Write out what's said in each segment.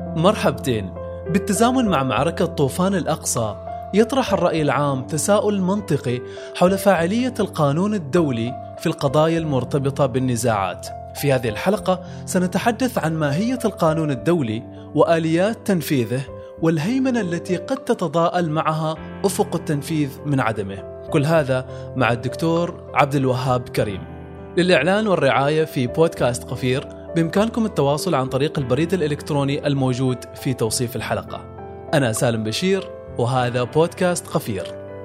مرحبتين. بالتزامن مع معركة طوفان الأقصى، يطرح الرأي العام تساؤل منطقي حول فاعلية القانون الدولي في القضايا المرتبطة بالنزاعات. في هذه الحلقة سنتحدث عن ماهية القانون الدولي وآليات تنفيذه والهيمنة التي قد تتضاءل معها أفق التنفيذ من عدمه. كل هذا مع الدكتور عبد الوهاب كريم. للإعلان والرعاية في بودكاست قفير بإمكانكم التواصل عن طريق البريد الإلكتروني الموجود في توصيف الحلقة. أنا سالم بشير وهذا بودكاست قفير.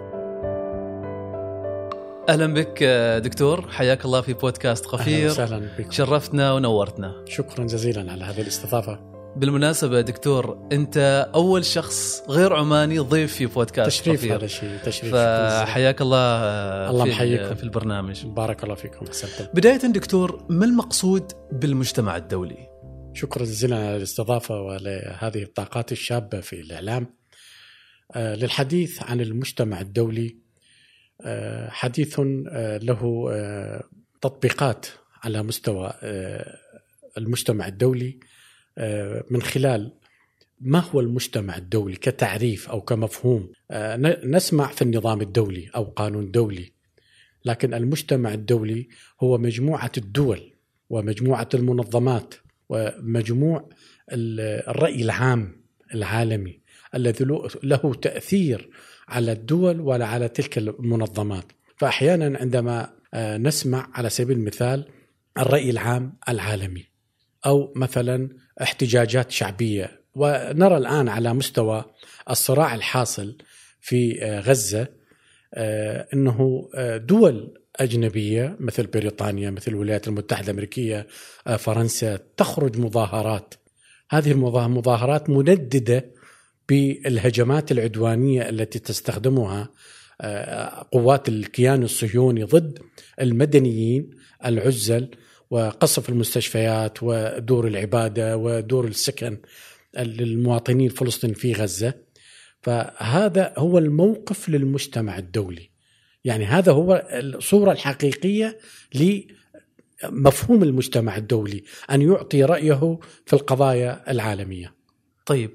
أهلا بك دكتور، حياك الله في بودكاست قفير. أهلا بك. شرفتنا ونورتنا. شكرا جزيلا على هذه الاستضافة. بالمناسبة دكتور، أنت أول شخص غير عماني ضيف في بودكاست تشريف قفير. هذا شيء تشريف. فحياك الله. الله محييكم في البرنامج. بارك الله فيكم. أحسنتم. بداية دكتور، ما المقصود بالمجتمع الدولي؟ شكرا جزيلا على الاستضافة ولهذه الطاقات الشابة في الإعلام. للحديث عن المجتمع الدولي حديث له تطبيقات على مستوى المجتمع الدولي من خلال ما هو المجتمع الدولي كتعريف أو كمفهوم. نسمع في النظام الدولي أو قانون دولي، لكن المجتمع الدولي هو مجموعة الدول ومجموعة المنظمات ومجموع الرأي العام العالمي الذي له تأثير على الدول ولا على تلك المنظمات. فأحيانا عندما نسمع على سبيل المثال الرأي العام العالمي أو مثلا احتجاجات شعبية، ونرى الآن على مستوى الصراع الحاصل في غزة أنه دول أجنبية مثل بريطانيا، مثل الولايات المتحدة الأمريكية، فرنسا، تخرج مظاهرات. هذه المظاهرات منددة بالهجمات العدوانية التي تستخدمها قوات الكيان الصهيوني ضد المدنيين العزل، وقصف المستشفيات ودور العبادة ودور السكن للمواطنين الفلسطينيين في غزة. فهذا هو الموقف للمجتمع الدولي، يعني هذا هو الصورة الحقيقية لمفهوم المجتمع الدولي، أن يعطي رأيه في القضايا العالمية. طيب،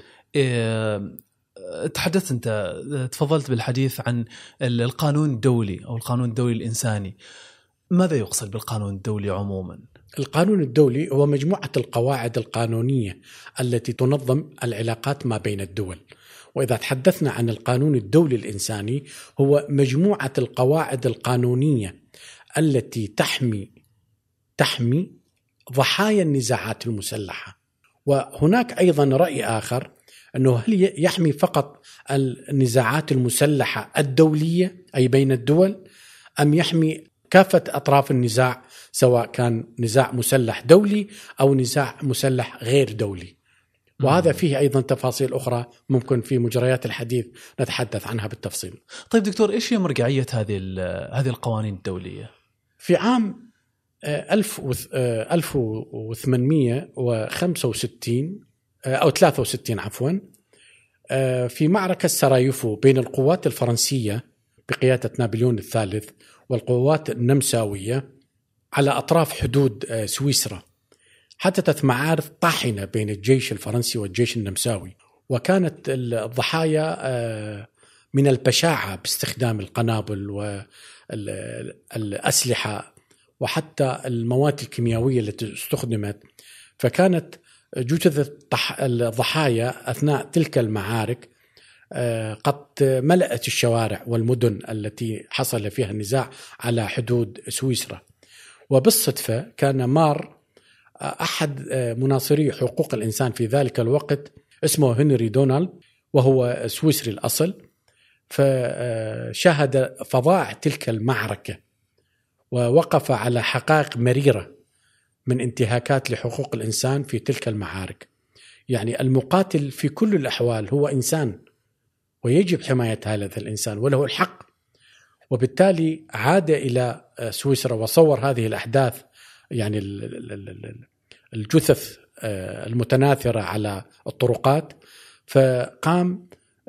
تحدثت أنت، تفضلت بالحديث عن القانون الدولي أو القانون الدولي الإنساني. ماذا يقصد بالقانون الدولي عموما؟ القانون الدولي هو مجموعة القواعد القانونية التي تنظم العلاقات ما بين الدول. وإذا تحدثنا عن القانون الدولي الإنساني هو مجموعة القواعد القانونية التي تحمي ضحايا النزاعات المسلحة. وهناك أيضا رأي آخر أنه هل يحمي فقط النزاعات المسلحة الدولية أي بين الدول، أم يحمي كافة أطراف النزاع سواء كان نزاع مسلح دولي أو نزاع مسلح غير دولي. وهذا فيه أيضا تفاصيل أخرى ممكن في مجريات الحديث نتحدث عنها بالتفصيل. طيب دكتور، إيش هي مرجعية هذه القوانين الدولية؟ في عام 1865 أو 63 عفوا، في معركة سراييفو بين القوات الفرنسية بقيادة نابليون الثالث والقوات النمساوية على أطراف حدود سويسرا، حدثت معارك طاحنة بين الجيش الفرنسي والجيش النمساوي، وكانت الضحايا من البشاعة باستخدام القنابل والأسلحة وحتى المواد الكيميائية التي استخدمت. فكانت جثث الضحايا أثناء تلك المعارك قد ملأت الشوارع والمدن التي حصل فيها النزاع على حدود سويسرا. وبالصدفة كان مار أحد مناصري حقوق الإنسان في ذلك الوقت اسمه هنري دونالد، وهو سويسري الأصل، فشاهد فظاع تلك المعركة ووقف على حقائق مريرة من انتهاكات لحقوق الإنسان في تلك المعارك. يعني المقاتل في كل الأحوال هو إنسان ويجب حماية هذا الإنسان وله الحق. وبالتالي عاد إلى سويسرا وصور هذه الأحداث، يعني الجثث المتناثرة على الطرقات، فقام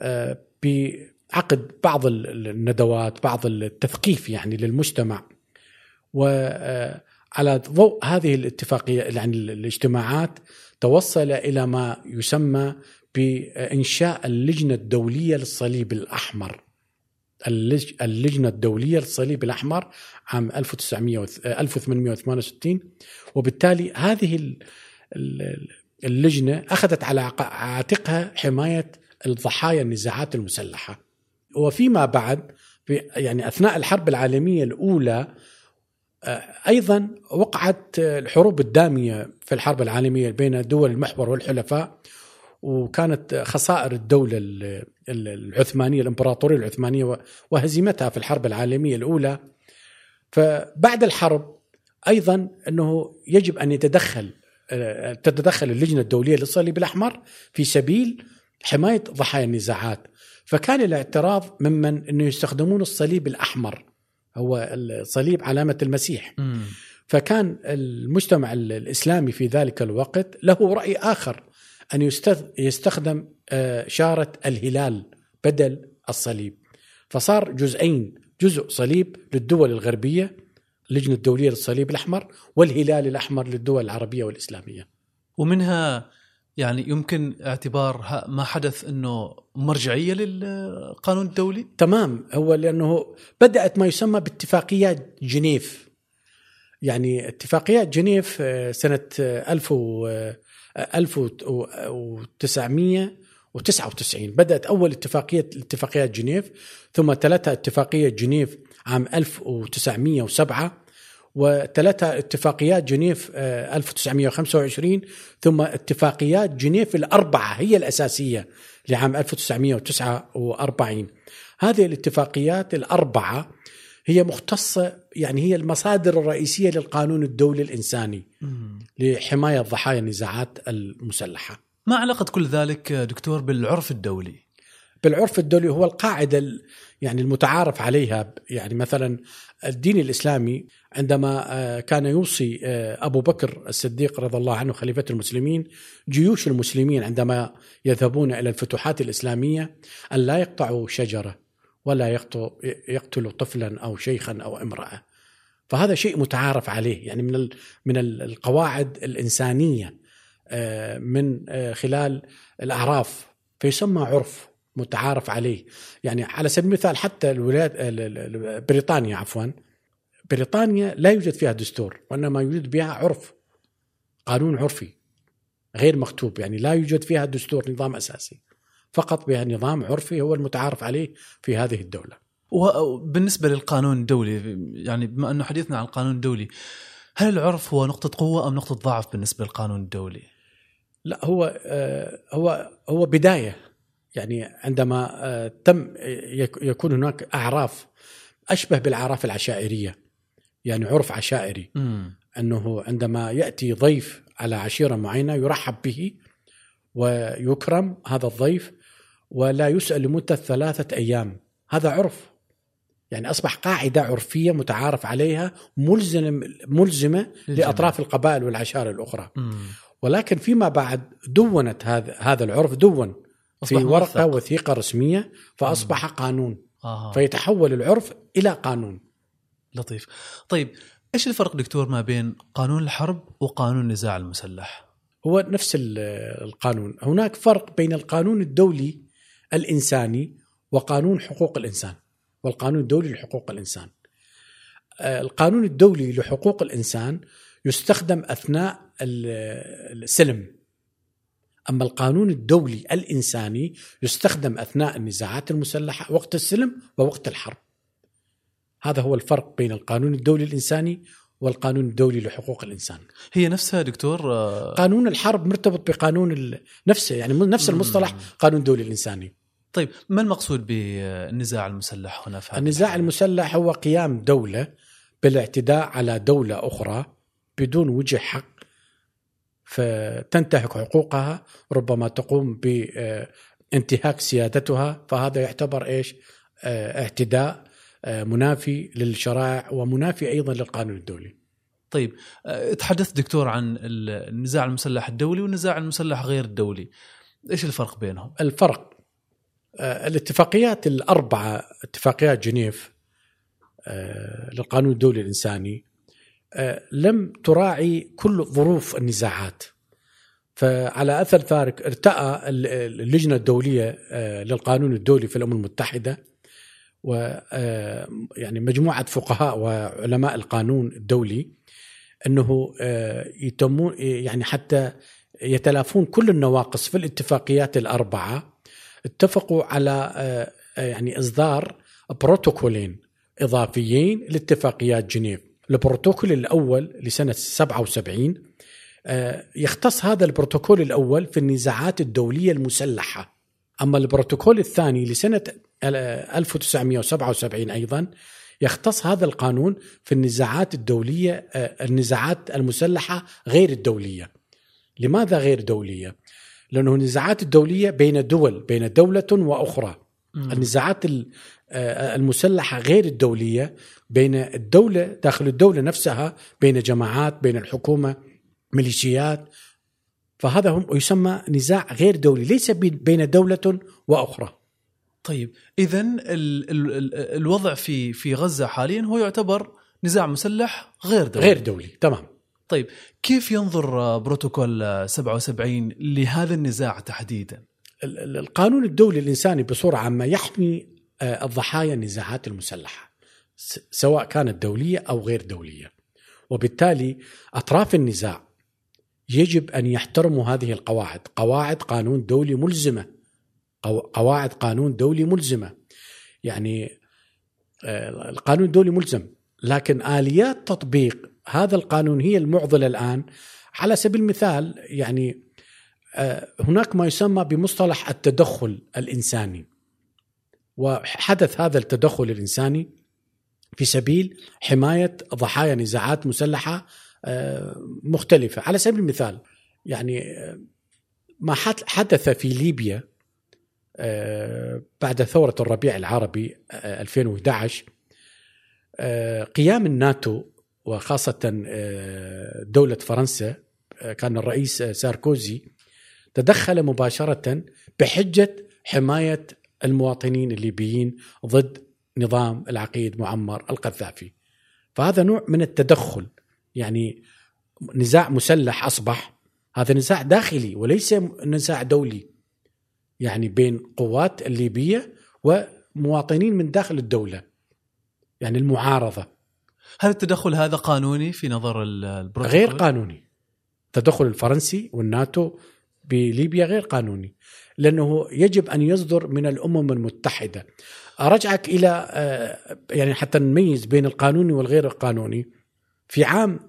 بعقد بعض الندوات، بعض التثقيف يعني للمجتمع. وعلى ضوء هذه الاتفاقية يعني الاجتماعات توصل إلى ما يسمى بإنشاء اللجنة الدولية للصليب الأحمر. اللجنة الدولية للصليب الأحمر عام 1868. وبالتالي هذه اللجنة أخذت على عاتقها حماية الضحايا النزاعات المسلحة. وفيما بعد يعني أثناء الحرب العالمية الأولى أيضا وقعت الحروب الدامية في الحرب العالمية بين دول المحور والحلفاء، وكانت خسائر الدولة العثمانية الإمبراطورية العثمانية وهزيمتها في الحرب العالمية الأولى. فبعد الحرب أيضا أنه يجب أن تتدخل اللجنة الدولية للصليب الأحمر في سبيل حماية ضحايا النزاعات. فكان الاعتراض ممن أنه يستخدمون الصليب الأحمر، هو الصليب علامة المسيح. فكان المجتمع الإسلامي في ذلك الوقت له رأي آخر، أن يستخدم شارة الهلال بدل الصليب. فصار جزئين، جزء صليب للدول الغربية اللجنة الدولية للصليب الأحمر، والهلال الأحمر للدول العربية والإسلامية. ومنها يعني يمكن اعتبار ما حدث أنه مرجعية للقانون الدولي؟ تمام، هو لأنه بدأت ما يسمى باتفاقيات جنيف. يعني اتفاقيات جنيف سنة 1999 بدأت أول اتفاقيات جنيف، ثم تلتها اتفاقية جنيف عام 1907، وتلتها اتفاقيات جنيف 1925، ثم اتفاقيات جنيف الأربعة هي الأساسية لعام 1949. هذه الاتفاقيات الأربعة هي مختصة، يعني هي المصادر الرئيسية للقانون الدولي الإنساني لحماية ضحايا النزاعات المسلحة. ما علاقة كل ذلك دكتور بالعرف الدولي؟ بالعرف الدولي هو القاعدة يعني المتعارف عليها. يعني مثلا الدين الإسلامي عندما كان يوصي أبو بكر الصديق رضي الله عنه خليفة المسلمين جيوش المسلمين عندما يذهبون إلى الفتوحات الإسلامية أن لا يقطعوا شجرة ولا يقتلوا طفلا أو شيخا أو امرأة. فهذا شيء متعارف عليه، يعني من القواعد الإنسانية من خلال الأعراف، فيسمى عرف متعارف عليه. يعني على سبيل المثال حتى بريطانيا لا يوجد فيها دستور، وإنما يوجد بها عرف، قانون عرفي غير مكتوب. يعني لا يوجد فيها دستور نظام أساسي، فقط بها نظام عرفي هو المتعارف عليه في هذه الدولة. وبالنسبة للقانون الدولي، يعني بما أنه حديثنا عن القانون الدولي، هل العرف هو نقطة قوة أم نقطة ضعف بالنسبة للقانون الدولي؟ لا، هو بداية. يعني عندما يكون هناك أعراف أشبه بالأعراف العشائرية، يعني عرف عشائري، أنه عندما يأتي ضيف على عشيرة معينة يرحب به ويكرم هذا الضيف ولا يسأل لمدة 3 أيام. هذا عرف، يعني أصبح قاعدة عرفية متعارف عليها ملزمة لأطراف القبائل والعشائر الأخرى. ولكن فيما بعد دونت هذا العرف، دون في ورقة وثيقة رسمية، فأصبح قانون. فيتحول العرف إلى قانون. لطيف. طيب إيش الفرق دكتور ما بين قانون الحرب وقانون النزاع المسلح؟ هو نفس القانون. هناك فرق بين القانون الدولي الإنساني وقانون حقوق الإنسان والقانون الدولي لحقوق الإنسان. القانون الدولي لحقوق الإنسان يستخدم أثناء السلم، أما القانون الدولي الإنساني يستخدم أثناء النزاعات المسلحة وقت السلم ووقت الحرب. هذا هو الفرق بين القانون الدولي الإنساني والقانون الدولي لحقوق الإنسان. هي نفسها دكتور؟ قانون الحرب مرتبط بقانون نفسه، يعني نفس المصطلح قانون الدولي الإنساني. طيب ما المقصود بالنزاع المسلح هنا؟ النزاع المسلح هو قيام دولة بالاعتداء على دولة أخرى بدون وجه حق، فتنتهك حقوقها، ربما تقوم بانتهاك سيادتها، فهذا يعتبر إيش؟ اعتداء منافي للشرائع ومنافي أيضا للقانون الدولي. طيب تحدث دكتور عن النزاع المسلح الدولي والنزاع المسلح غير الدولي، إيش الفرق بينهم؟ الفرق الاتفاقيات الأربعة، اتفاقيات جنيف للقانون الدولي الإنساني، لم تراعي كل ظروف النزاعات، فعلى أثر ذلك ارتأى اللجنة الدولية للقانون الدولي في الأمم المتحدة ويعني مجموعة فقهاء وعلماء القانون الدولي أنه يتمون يعني حتى يتلافون كل النواقص في الاتفاقيات الأربعة، اتفقوا على يعني إصدار بروتوكولين إضافيين لاتفاقيات جنيف. البروتوكول الأول لسنة 77 يختص هذا البروتوكول الأول في النزاعات الدولية المسلحة، أما البروتوكول الثاني لسنة 1977 أيضا يختص هذا القانون في النزاعات الدولية النزاعات المسلحة غير الدولية. لماذا غير دولية؟ لأنه النزاعات الدولية بين دول، بين دولة وأخرى. النزاعات المسلحة غير الدولية بين الدولة داخل الدولة نفسها، بين جماعات، بين الحكومة، ميليشيات، فهذا هم يسمى نزاع غير دولي، ليس بين دولة وأخرى. طيب إذن الوضع في غزة حاليا هو يعتبر نزاع مسلح غير دولي. تمام. طيب كيف ينظر بروتوكول 77 لهذا النزاع تحديدا؟ القانون الدولي الإنساني بصورة عامة يحمي الضحايا النزاعات المسلحة سواء كانت دولية أو غير دولية، وبالتالي أطراف النزاع يجب أن يحترموا هذه القواعد، قواعد قانون دولي ملزمة، قواعد قانون دولي ملزمة. يعني القانون الدولي ملزم، لكن آليات تطبيق هذا القانون هي المعضلة الآن. على سبيل المثال يعني هناك ما يسمى بمصطلح التدخل الإنساني، وحدث هذا التدخل الإنساني في سبيل حماية ضحايا نزاعات مسلحة مختلفة. على سبيل المثال يعني ما حدث في ليبيا بعد ثورة الربيع العربي 2011، قيام الناتو وخاصة دولة فرنسا، كان الرئيس ساركوزي تدخل مباشرة بحجة حماية المواطنين الليبيين ضد نظام العقيد معمر القذافي. فهذا نوع من التدخل، يعني نزاع مسلح أصبح هذا نزاع داخلي وليس نزاع دولي، يعني بين قوات الليبية ومواطنين من داخل الدولة، يعني المعارضة. هل التدخل هذا قانوني في نظر البروتوكول؟ غير قانوني. التدخل الفرنسي والناتو بليبيا غير قانوني، لأنه يجب أن يصدر من الأمم المتحدة. أرجعك إلى يعني حتى نميز بين القانوني والغير القانوني. في عام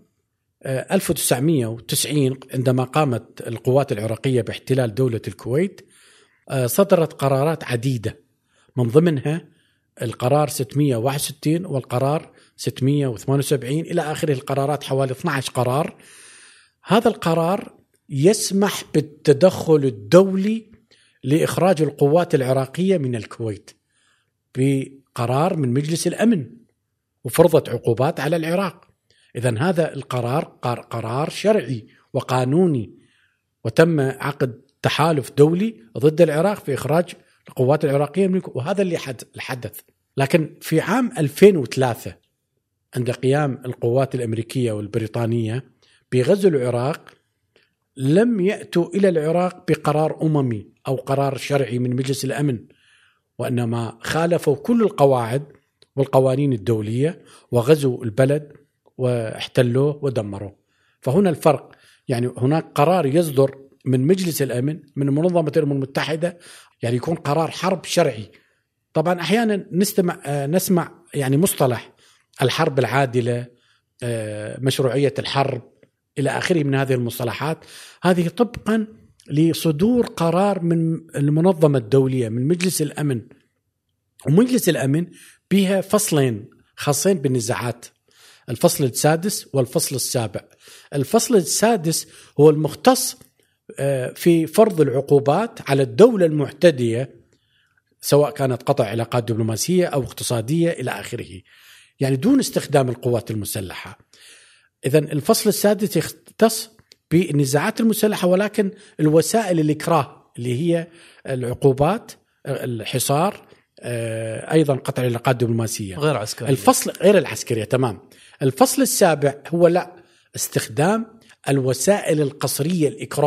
1990 عندما قامت القوات العراقية باحتلال دولة الكويت، صدرت قرارات عديدة، من ضمنها القرار 661 والقرار 678 إلى آخره القرارات، حوالي 12 قرار. هذا القرار يسمح بالتدخل الدولي لإخراج القوات العراقية من الكويت بقرار من مجلس الأمن، وفرضت عقوبات على العراق. إذن هذا القرار قرار شرعي وقانوني، وتم عقد تحالف دولي ضد العراق في إخراج القوات العراقية من الكويت، وهذا اللي حدث. لكن في عام 2003 عند قيام القوات الأمريكية والبريطانية بغزو العراق، لم يأتوا إلى العراق بقرار أممي أو قرار شرعي من مجلس الأمن، وإنما خالفوا كل القواعد والقوانين الدولية وغزوا البلد واحتلوه ودمروه. فهنا الفرق، يعني هناك قرار يصدر من مجلس الأمن من منظمة الأمم المتحدة، يعني يكون قرار حرب شرعي. طبعا أحيانا نسمع يعني مصطلح الحرب العادلة، مشروعية الحرب إلى آخره من هذه المصطلحات. هذه طبقا لصدور قرار من المنظمة الدولية من مجلس الأمن، ومجلس الأمن بها فصلين خاصين بالنزاعات، الفصل السادس والفصل السابع. الفصل السادس هو المختص في فرض العقوبات على الدولة المعتدية، سواء كانت قطع علاقات دبلوماسية أو اقتصادية إلى آخره، يعني دون استخدام القوات المسلحة. إذن الفصل السادس يختص بالنزاعات المسلحة، ولكن الوسائل الإكراه اللي هي العقوبات، الحصار، أيضا قطع العلاقات الدبلوماسية غير عسكرية، الفصل غير العسكرية. تمام. الفصل السابع هو لا استخدام الوسائل القصرية الإكراه،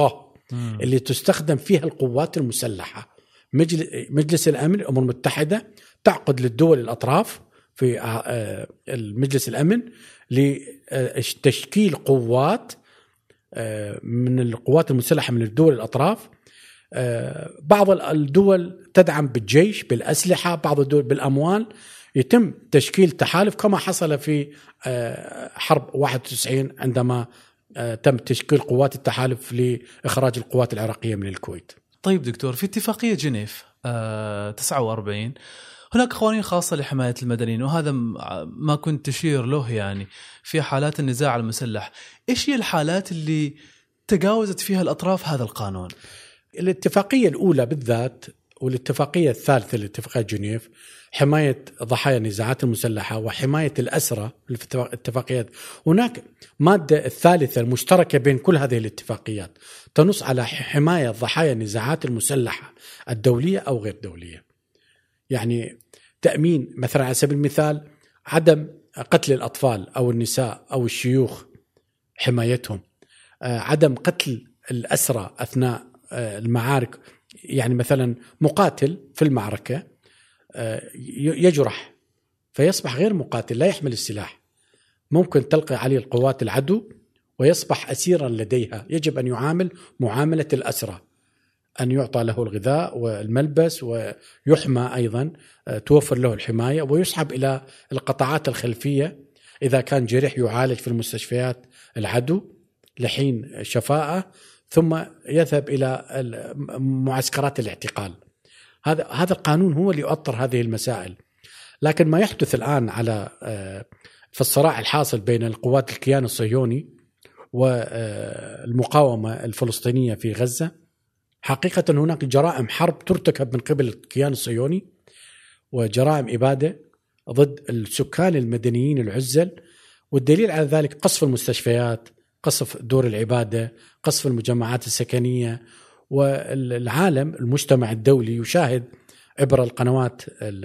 اللي تستخدم فيها القوات المسلحة. مجلس الأمن الأمم المتحدة تعقد للدول الأطراف في المجلس الأمن لتشكيل قوات من القوات المسلحة من الدول الأطراف. بعض الدول تدعم بالجيش بالأسلحة، بعض الدول بالأموال. يتم تشكيل تحالف كما حصل في حرب 91 عندما تم تشكيل قوات التحالف لإخراج القوات العراقية من الكويت. طيب دكتور، في اتفاقية جنيف 49 هناك قوانين خاصة لحماية المدنيين، وهذا ما كنت تشير له يعني في حالات النزاع المسلح. إيش هي الحالات اللي تجاوزت فيها الأطراف هذا القانون؟ الاتفاقية الأولى بالذات والاتفاقية الثالثة لاتفاقية جنيف حماية ضحايا النزاعات المسلحة وحماية الأسرى في الاتفاقيات. هناك مادة الثالثة المشتركة بين كل هذه الاتفاقيات تنص على حماية ضحايا النزاعات المسلحة الدولية أو غير دولية. يعني تأمين مثلا على سبيل المثال عدم قتل الأطفال أو النساء أو الشيوخ، حمايتهم. عدم قتل الأسرى أثناء المعارك، يعني مثلا مقاتل في المعركة يجرح فيصبح غير مقاتل، لا يحمل السلاح، ممكن تلقي عليه القوات العدو ويصبح أسيرا لديها. يجب أن يعامل معاملة الأسرى، أن يعطى له الغذاء والملبس ويحمى أيضا، توفر له الحماية، ويسحب إلى القطاعات الخلفية إذا كان جريح يعالج في المستشفيات العدو لحين شفاءه، ثم يذهب إلى معسكرات الاعتقال. هذا القانون هو اللي يؤطر هذه المسائل. لكن ما يحدث الآن على في الصراع الحاصل بين القوات الكيان الصهيوني والمقاومة الفلسطينية في غزة، حقيقة هناك جرائم حرب ترتكب من قبل الكيان الصهيوني وجرائم إبادة ضد السكان المدنيين العزل، والدليل على ذلك قصف المستشفيات، قصف دور العبادة، قصف المجمعات السكنية. والعالم المجتمع الدولي يشاهد عبر القنوات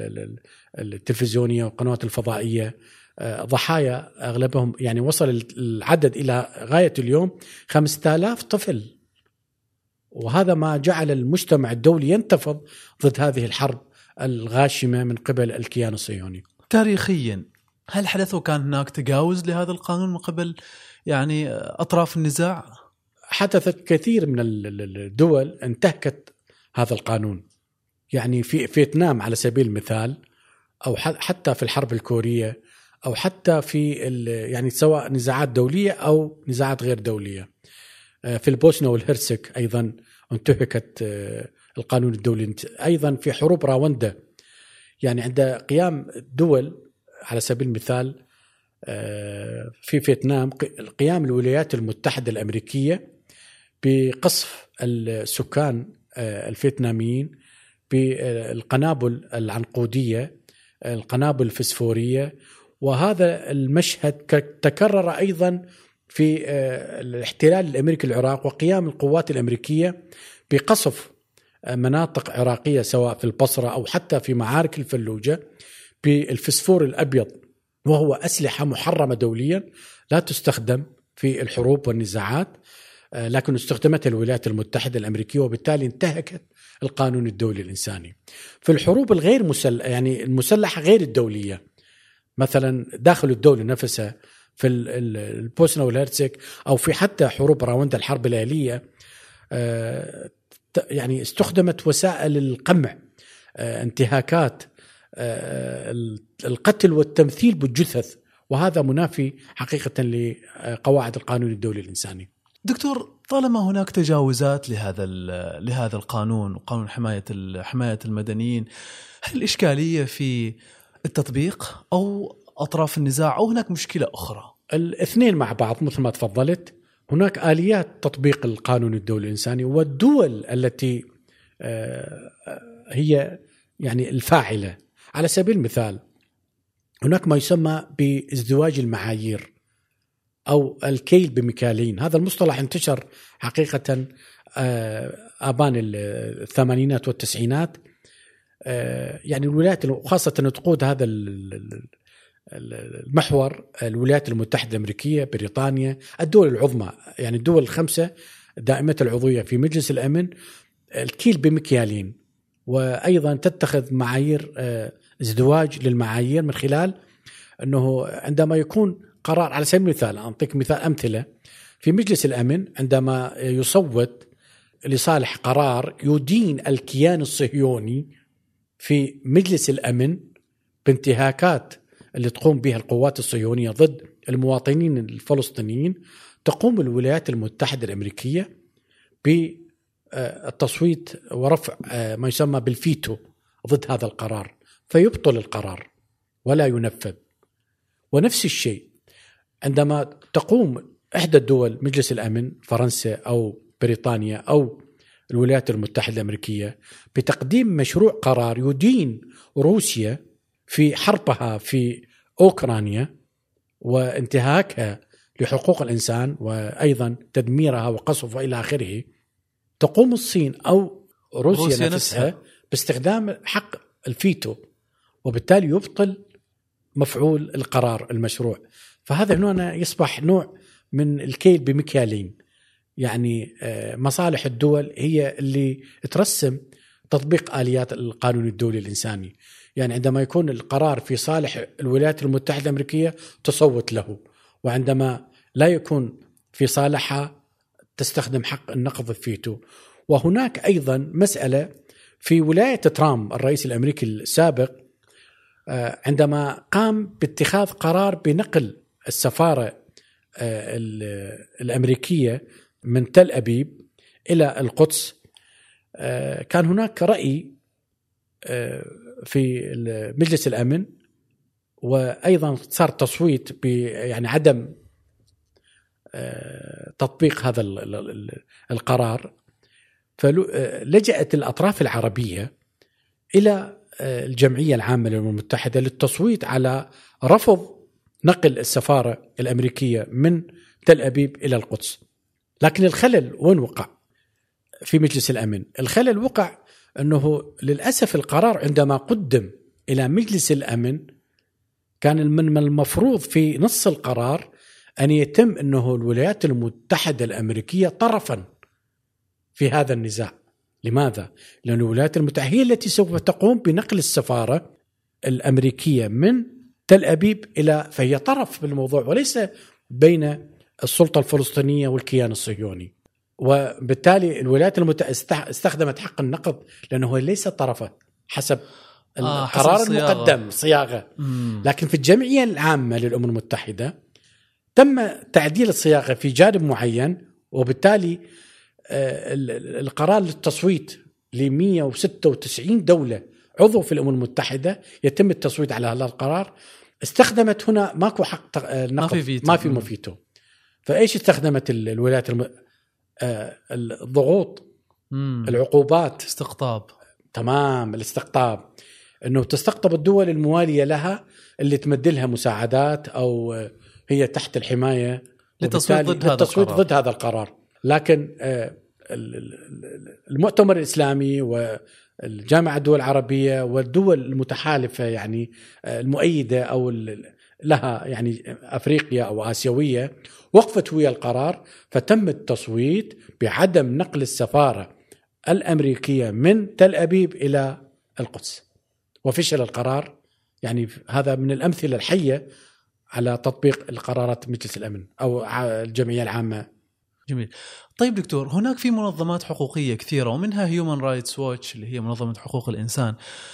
التلفزيونية والقنوات الفضائية ضحايا أغلبهم، يعني وصل العدد إلى غاية اليوم 5000 طفل. وهذا ما جعل المجتمع الدولي ينتفض ضد هذه الحرب الغاشمة من قبل الكيان الصهيوني. تاريخيا هل حدث وكان هناك تجاوز لهذا القانون من قبل يعني أطراف النزاع؟ حدثت كثير من الدول انتهكت هذا القانون، يعني في فيتنام على سبيل المثال، أو حتى في الحرب الكورية، أو حتى في يعني سواء نزاعات دولية أو نزاعات غير دولية. في البوسنة والهرسك أيضا انتهكت القانون الدولي. أيضا في حروب راوندا، يعني عند قيام دول على سبيل المثال في فيتنام، قيام الولايات المتحدة الأمريكية بقصف السكان الفيتناميين بالقنابل العنقودية، القنابل الفسفورية. وهذا المشهد تكرر أيضا في الاحتلال الأمريكي العراق، وقيام القوات الأمريكية بقصف مناطق عراقية سواء في البصرة أو حتى في معارك الفلوجة بالفسفور الأبيض، وهو أسلحة محرمة دوليا لا تستخدم في الحروب والنزاعات، لكن استخدمتها الولايات المتحدة الأمريكية، وبالتالي انتهكت القانون الدولي الإنساني. في الحروب الغير يعني المسلحة غير الدولية، مثلا داخل الدولة نفسها في البوسنة والهرسك، أو في حتى حروب راوندا الحرب الأهلية، يعني استخدمت وسائل القمع، انتهاكات، القتل والتمثيل بالجثث، وهذا منافي حقيقة لقواعد القانون الدولي الإنساني. دكتور، طالما هناك تجاوزات لهذا القانون وقانون حماية المدنيين، هل الإشكالية في التطبيق أو أطراف النزاع، أو هناك مشكلة أخرى؟ الاثنين مع بعض مثل ما تفضلت. هناك آليات تطبيق القانون الدولي الإنساني، والدول التي هي يعني الفاعلة. على سبيل المثال هناك ما يسمى بازدواج المعايير أو الكيل بمكيالين. هذا المصطلح انتشر حقيقة آبان الثمانينات والتسعينات. يعني الولايات، وخاصة تقود هذا المحور الولايات المتحدة الأمريكية، بريطانيا، الدول العظمى، يعني الدول الخمسة دائمة العضوية في مجلس الأمن الكيل بمكيالين، وأيضا تتخذ معايير ازدواج للمعايير من خلال أنه عندما يكون قرار، على سبيل المثال أعطيك أمثلة في مجلس الأمن عندما يصوت لصالح قرار يدين الكيان الصهيوني في مجلس الأمن بانتهاكات اللي تقوم بها القوات الصهيونية ضد المواطنين الفلسطينيين، تقوم الولايات المتحدة الأمريكية بالتصويت ورفع ما يسمى بالفيتو ضد هذا القرار، فيبطل القرار ولا ينفذ. ونفس الشيء عندما تقوم إحدى الدول مجلس الأمن، فرنسا أو بريطانيا أو الولايات المتحدة الأمريكية، بتقديم مشروع قرار يدين روسيا في حربها في أوكرانيا وانتهاكها لحقوق الإنسان وأيضا تدميرها وقصفها إلى آخره، تقوم الصين أو روسيا نفسها باستخدام حق الفيتو، وبالتالي يبطل مفعول القرار المشروع. فهذا هنا يصبح نوع من الكيل بمكيالين، يعني مصالح الدول هي اللي ترسم تطبيق آليات القانون الدولي الإنساني. يعني عندما يكون القرار في صالح الولايات المتحدة الأمريكية تصوت له، وعندما لا يكون في صالحها تستخدم حق النقض الفيتو. وهناك أيضا مسألة في ولاية ترامب الرئيس الأمريكي السابق، عندما قام باتخاذ قرار بنقل السفارة الأمريكية من تل أبيب إلى القدس، كان هناك رأي في مجلس الأمن، وأيضا صار تصويت يعني عدم تطبيق هذا القرار. فلجأت الأطراف العربية إلى الجمعية العامة للأمم المتحدة للتصويت على رفض نقل السفارة الأمريكية من تل أبيب إلى القدس. لكن الخلل وين وقع؟ في مجلس الأمن. الخلل وقع أنه للأسف القرار عندما قدم إلى مجلس الأمن كان من المفروض في نص القرار أن يتم أنه الولايات المتحدة الأمريكية طرفا في هذا النزاع. لماذا؟ لأن الولايات المتحدة هي التي سوف تقوم بنقل السفارة الأمريكية من تل أبيب فهي طرف بالموضوع، وليس بين السلطة الفلسطينية والكيان الصهيوني. وبالتالي الولايات المتحدة استخدمت حق النقض لأنه ليس طرفا حسب القرار المقدم صياغة. لكن في الجمعية العامة للأمم المتحدة تم تعديل الصياغة في جانب معين، وبالتالي القرار للتصويت ل 196 دولة عضو في الأمم المتحدة يتم التصويت على هذا القرار. استخدمت هنا ماكو حق نقض، ما في مفيتو. فإيش استخدمت الولايات الضغوط، العقوبات، استقطاب. تمام، الاستقطاب، انه تستقطب الدول الموالية لها اللي تمدلها مساعدات او هي تحت الحماية للتصويت ضد هذا القرار. لكن المؤتمر الإسلامي والجامعة الدول العربية والدول المتحالفة يعني المؤيدة أو لها يعني أفريقيا أو آسيوية وقفت ويا القرار، فتم التصويت بعدم نقل السفارة الأمريكية من تل أبيب إلى القدس، وفشل القرار. يعني هذا من الأمثلة الحية على تطبيق القرارات مجلس الأمن أو الجمعية العامة. جميل. طيب دكتور، هناك في منظمات حقوقية كثيرة ومنها Human Rights Watch اللي هي منظمة حقوق الإنسان،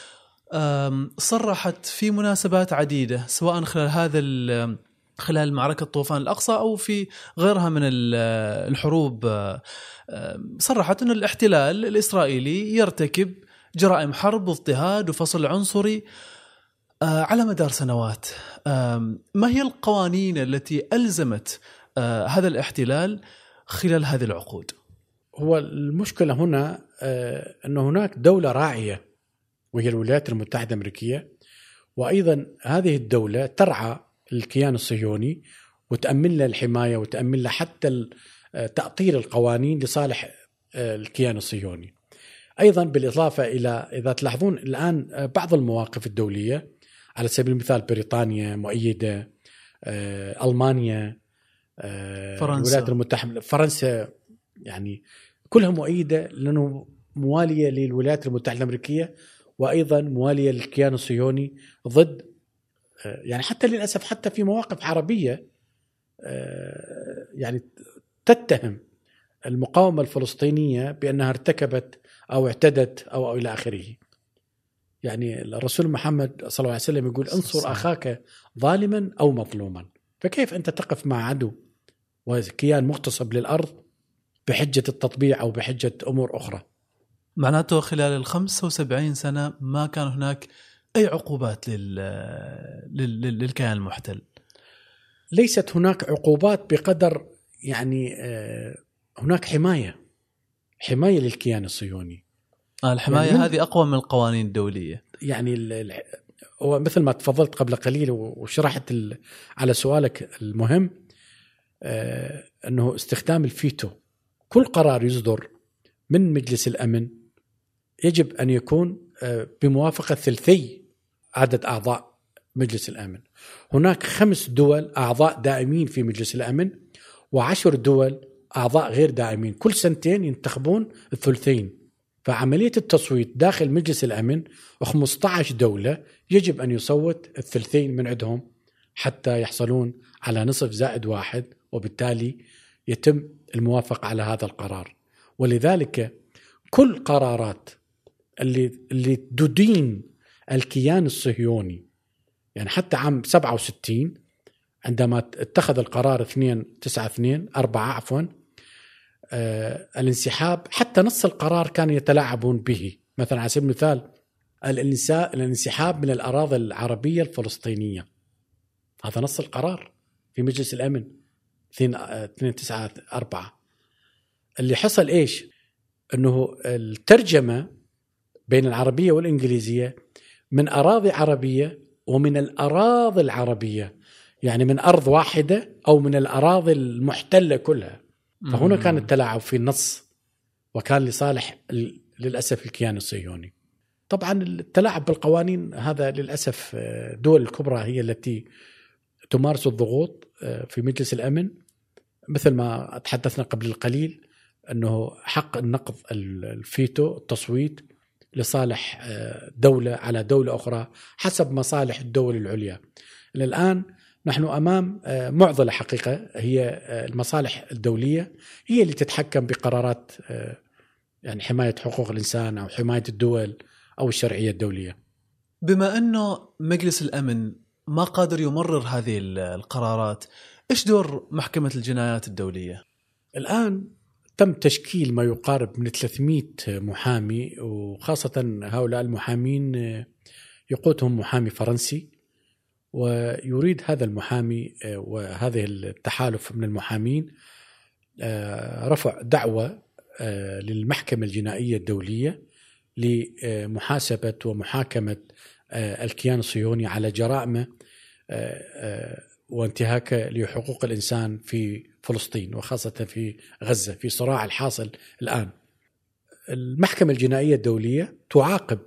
صرحت في مناسبات عديدة سواء خلال معركة طوفان الأقصى أو في غيرها من الحروب، صرحت أن الاحتلال الإسرائيلي يرتكب جرائم حرب واضطهاد وفصل عنصري على مدار سنوات. ما هي القوانين التي ألزمت هذا الاحتلال خلال هذه العقود؟ هو المشكلة هنا أن هناك دولة راعية وهي الولايات المتحدة الأمريكية، وأيضا هذه الدولة ترعى الكيان الصهيوني وتأمن له الحماية وتأمن له حتى تأطير القوانين لصالح الكيان الصهيوني. أيضا بالإضافة إلى إذا تلاحظون الآن بعض المواقف الدولية، على سبيل المثال بريطانيا مؤيدة، ألمانيا، فرنسا. الولايات المتحدة، فرنسا يعني كلها مؤيدة لأنه موالية للولايات المتحدة الأمريكية وأيضا موالية للكيان الصهيوني ضد يعني حتى للأسف حتى في مواقف عربية يعني تتهم المقاومة الفلسطينية بأنها ارتكبت أو اعتدت أو إلى آخره. يعني الرسول محمد صلى الله عليه وسلم يقول انصر أخاك ظالما أو مظلوما، فكيف أنت تقف مع عدو وكيان مغتصب للأرض بحجة التطبيع أو بحجة أمور أخرى؟ معناته خلال 75 سنة ما كان هناك أي عقوبات للكيان المحتل. ليست هناك عقوبات بقدر يعني هناك حماية للكيان الصهيوني. الحماية يعني هذه أقوى من القوانين الدولية. يعني هو مثل ما تفضلت قبل قليل وشرحت على سؤالك المهم أنه استخدام الفيتو، كل قرار يصدر من مجلس الأمن يجب أن يكون بموافقة ثلثي عدد أعضاء مجلس الأمن. هناك 5 دول أعضاء دائمين في مجلس الأمن و10 دول أعضاء غير دائمين، كل سنتين ينتخبون الثلثين. فعملية التصويت داخل مجلس الأمن 15 دولة يجب أن يصوت الثلثين من عندهم حتى يحصلون على نصف زائد 1، وبالتالي يتم الموافقة على هذا القرار. ولذلك كل قرارات اللي تدين الكيان الصهيوني، يعني حتى عام 67 عندما اتخذ القرار 4 الانسحاب، حتى نص القرار كانوا يتلاعبون به. مثلا على سبيل المثال الانسحاب من الأراضي العربية الفلسطينية، هذا نص القرار في مجلس الأمن 294. اللي حصل إيش؟ أنه الترجمة بين العربية والإنجليزية من أراضي عربية ومن الأراضي العربية، يعني من أرض واحدة أو من الأراضي المحتلة كلها. فهنا كان التلاعب في النص وكان لصالح للأسف الكيان الصهيوني. طبعا التلاعب بالقوانين هذا للأسف الدول الكبرى هي التي تمارس الضغوط في مجلس الأمن، مثل ما تحدثنا قبل القليل أنه حق النقض الفيتو التصويت لصالح دولة على دولة أخرى حسب مصالح الدول العليا. الآن نحن أمام معضلة حقيقة، هي المصالح الدولية هي اللي تتحكم بقرارات يعني حماية حقوق الإنسان أو حماية الدول أو الشرعية الدولية. بما أنه مجلس الأمن ما قادر يمرر هذه القرارات، إيش دور محكمة الجنايات الدولية؟ الآن تم تشكيل ما يقارب من 300 محامي، وخاصة هؤلاء المحامين يقودهم محامي فرنسي، ويريد هذا المحامي وهذه التحالف من المحامين رفع دعوة للمحكمة الجنائية الدولية لمحاسبة ومحاكمة الكيان الصهيوني على جرائم وانتهاك لحقوق الإنسان في فلسطين وخاصة في غزة في صراع الحاصل الآن. المحكمة الجنائية الدولية تعاقب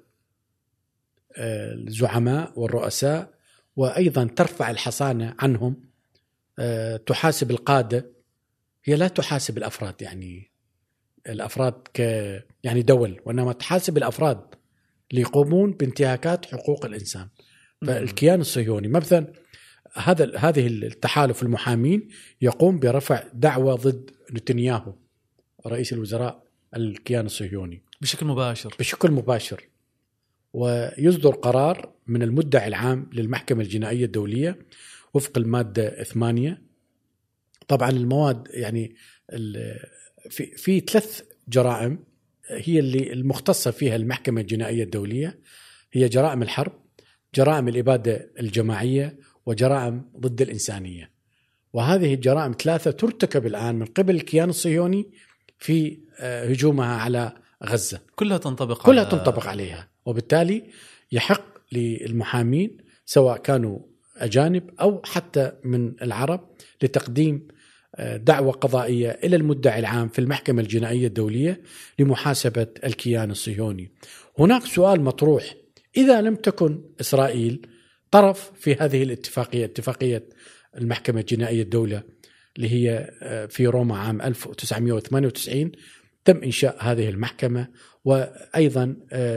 الزعماء والرؤساء وأيضا ترفع الحصانة عنهم، تحاسب القادة، هي لا تحاسب الأفراد، يعني الأفراد يعني دول، وإنما تحاسب الأفراد ليقومون بانتهاكات حقوق الإنسان. فالكيان الصهيوني مثلا هذه التحالف المحامين يقوم برفع دعوة ضد نتنياهو رئيس الوزراء الكيان الصهيوني بشكل مباشر، ويصدر قرار من المدعي العام للمحكمة الجنائية الدولية وفق المادة 8. طبعا المواد يعني في 3 جرائم هي اللي المختصة فيها المحكمة الجنائية الدولية، هي جرائم الحرب، جرائم الإبادة الجماعية، وجرائم ضد الإنسانية. وهذه الجرائم 3 ترتكب الآن من قبل الكيان الصهيوني في هجومها على غزة، كلها تنطبق عليها. وبالتالي يحق للمحامين سواء كانوا أجانب أو حتى من العرب لتقديم دعوة قضائية إلى المدعي العام في المحكمة الجنائية الدولية لمحاسبة الكيان الصهيوني. هناك سؤال مطروح: إذا لم تكن إسرائيل طرف في هذه الاتفاقية، اتفاقية المحكمة الجنائية الدولة اللي هي في روما عام 1998 تم إنشاء هذه المحكمة، وأيضا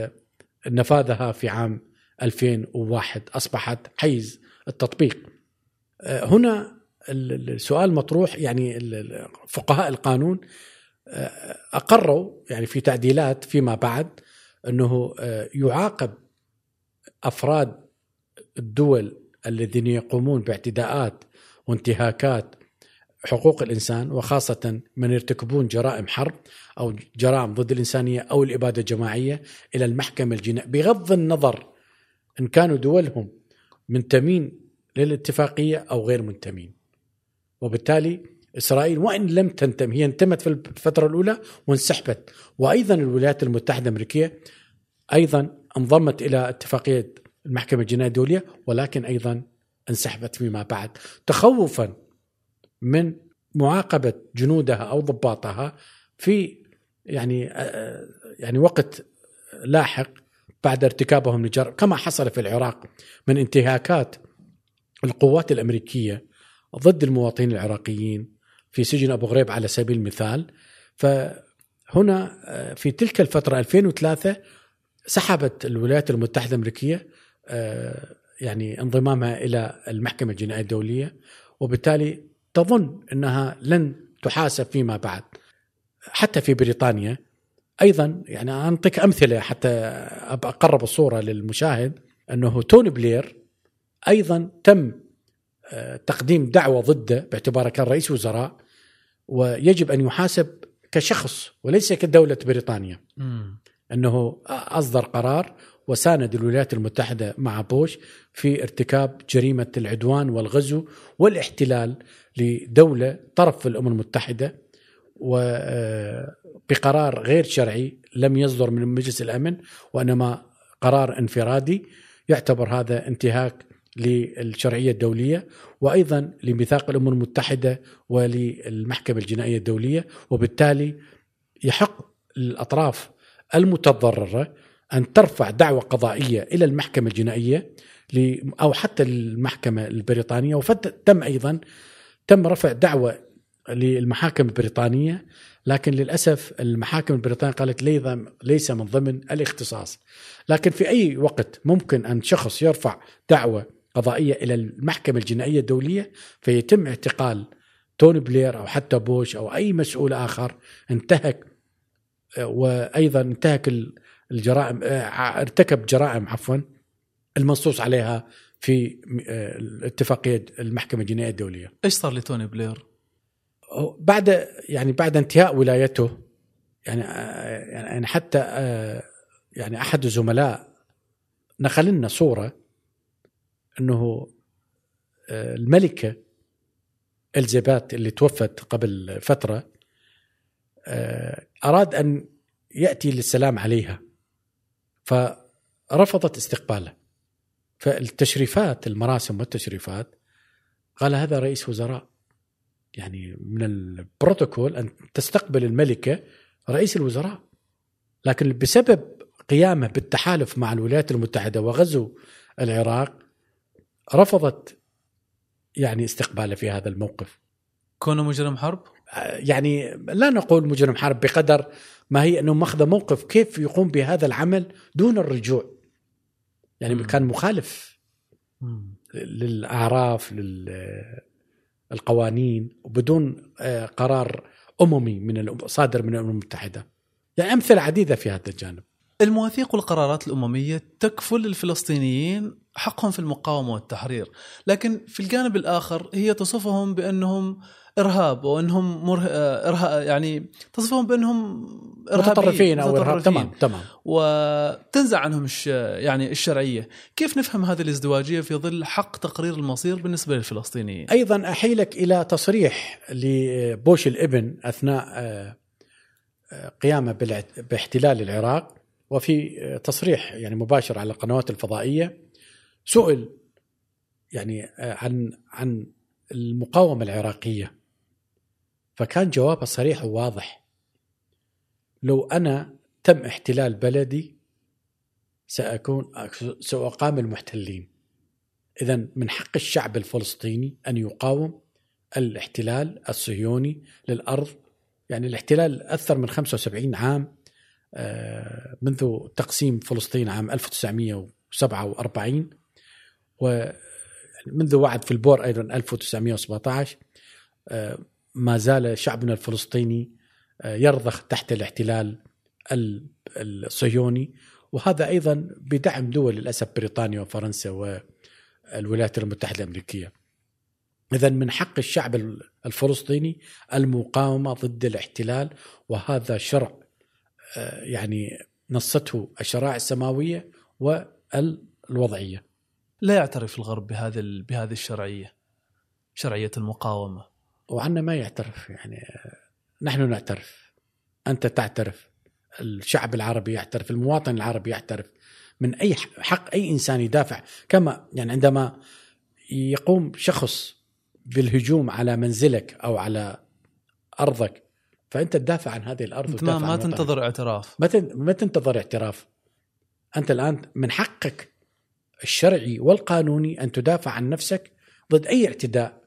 نفاذها في عام 2001 أصبحت حيز التطبيق. هنا السؤال مطروح، يعني فقهاء القانون أقروا يعني في تعديلات فيما بعد أنه يعاقب أفراد الدول الذين يقومون باعتداءات وانتهاكات حقوق الإنسان، وخاصة من يرتكبون جرائم حرب أو جرائم ضد الإنسانية أو الإبادة الجماعية، إلى المحكمة الجنائية، بغض النظر إن كانوا دولهم منتمين للاتفاقية أو غير منتمين. وبالتالي إسرائيل وإن لم تنتمي، هي انتمت في الفترة الأولى وانسحبت، وأيضا الولايات المتحدة الأمريكية أيضا انضمت إلى اتفاقية المحكمة الجنائية الدولية، ولكن أيضا انسحبت فيما بعد تخوفا من معاقبة جنودها أو ضباطها في يعني وقت لاحق بعد ارتكابهم لجرائم، كما حصل في العراق من انتهاكات القوات الأمريكية ضد المواطنين العراقيين في سجن أبو غريب على سبيل المثال. فهنا في تلك الفترة 2003 سحبت الولايات المتحدة الأمريكية يعني انضمامها إلى المحكمة الجنائية الدولية، وبالتالي تظن أنها لن تحاسب فيما بعد. حتى في بريطانيا أيضا، يعني أنطيك أمثلة حتى أقرب الصورة للمشاهد، أنه توني بلير أيضا تم تقديم دعوة ضده باعتباره كان رئيس وزراء، ويجب أن يحاسب كشخص وليس كدولة بريطانيا. أنه أصدر قرار وساند الولايات المتحدة مع بوش في ارتكاب جريمة العدوان والغزو والاحتلال لدولة طرف في الأمم المتحدة، وبقرار غير شرعي لم يصدر من مجلس الأمن، وإنما قرار انفرادي. يعتبر هذا انتهاك للشرعية الدولية، وأيضا لميثاق الأمم المتحدة وللمحكمة الجنائية الدولية. وبالتالي يحق للأطراف المتضررة أن ترفع دعوة قضائية إلى المحكمة الجنائية أو حتى المحكمة البريطانية. وتم أيضا رفع دعوة للمحاكم البريطانية، لكن للأسف المحاكم البريطانية قالت ليس من ضمن الاختصاص. لكن في أي وقت ممكن أن شخص يرفع دعوة قضائية إلى المحكمة الجنائية الدولية، فيتم اعتقال توني بلير أو حتى بوش أو أي مسؤول آخر انتهك، وأيضا انتهك الجرائم، ارتكب جرائم المنصوص عليها في اتفاقية المحكمة الجنائية الدولية. إيش صار لتوني بلير؟ بعد انتهاء ولايته، يعني حتى يعني أحد الزملاء نقل لنا صورة أنه الملكة إليزابيث اللي توفت قبل فترة أراد أن يأتي للسلام عليها، فرفضت استقباله. فالتشريفات، المراسم والتشريفات، قال هذا رئيس وزراء، يعني من البروتوكول أن تستقبل الملكة رئيس الوزراء، لكن بسبب قيامه بالتحالف مع الولايات المتحدة وغزو العراق رفضت يعني استقباله في هذا الموقف. كونه مجرم حرب؟ يعني لا نقول مجرم حرب بقدر ما هي أنه ماخذ موقف كيف يقوم بهذا العمل دون الرجوع. يعني كان مخالف للأعراف، للقوانين، وبدون قرار أممي صادر من الأمم المتحدة. يعني أمثلة عديدة في هذا الجانب. المواثيق والقرارات الأممية تكفل للفلسطينيين حقهم في المقاومة والتحرير، لكن في الجانب الآخر هي تصفهم بأنهم إرهاب، وأنهم يعني تصفهم بأنهم متطرفين أو إرهاب. تمام. وتنزع عنهم يعني الشرعية. كيف نفهم هذه الازدواجية في ظل حق تقرير المصير بالنسبة للفلسطينيين؟ أيضا أحيلك إلى تصريح لبوش الابن أثناء قيامه باحتلال العراق، وفي تصريح يعني مباشر على القنوات الفضائية سئل يعني عن المقاومة العراقية، فكان جوابه صريح وواضح: لو أنا تم احتلال بلدي سأقام المحتلين. إذن من حق الشعب الفلسطيني أن يقاوم الاحتلال الصهيوني للأرض. يعني الاحتلال أثر من 75 عام منذ تقسيم فلسطين عام 1947 ومنذ وعد في البور أيضا 1917. ما زال شعبنا الفلسطيني يرضخ تحت الاحتلال الصهيوني، وهذا أيضا بدعم دول للأسف بريطانيا وفرنسا والولايات المتحدة الأمريكية. إذن من حق الشعب الفلسطيني المقاومة ضد الاحتلال، وهذا شرع يعني نصته الشرائع السماوية والوضعية. لا يعترف الغرب بهذه الشرعية، شرعية المقاومة، وعنا ما يعترف. يعني نحن نعترف، أنت تعترف، الشعب العربي يعترف، المواطن العربي يعترف من أي حق أي إنسان يدافع. كما يعني عندما يقوم شخص بالهجوم على منزلك أو على أرضك، فأنت تدافع عن هذه الأرض. أنت ما تنتظر اعتراف، ما تنتظر اعتراف. أنت الآن من حقك الشرعي والقانوني أن تدافع عن نفسك ضد أي اعتداء